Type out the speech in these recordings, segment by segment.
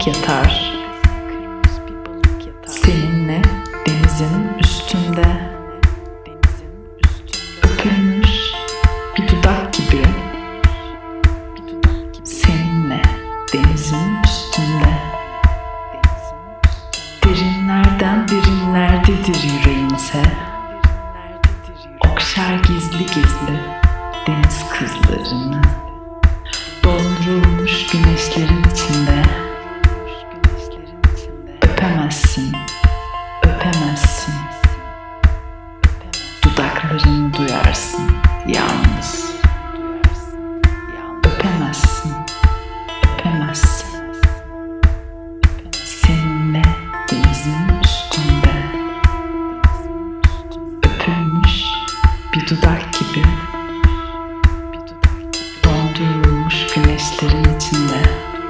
balık yatar. Seninle denizin üstünde. Öpülmüş bir dudak gibi. Seninle denizin üstünde. Derinlerden derinlerdedir yüreğinse. Okşar gizli gizli deniz kızlarını. Dondurulmuş güneşlerin içinde. Öpemezsin, öpemezsin. Dudaklarını duyarsın yalnız. Öpemezsin, öpemezsin. Seninle denizin üstünde. Öpülmüş bir dudak gibi. Dondurulmuş güneşlerin içinde.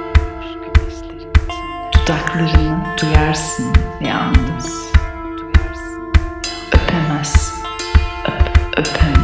Dudaklarını duyarsın yalnız. Öpemezsin, öpemezsin.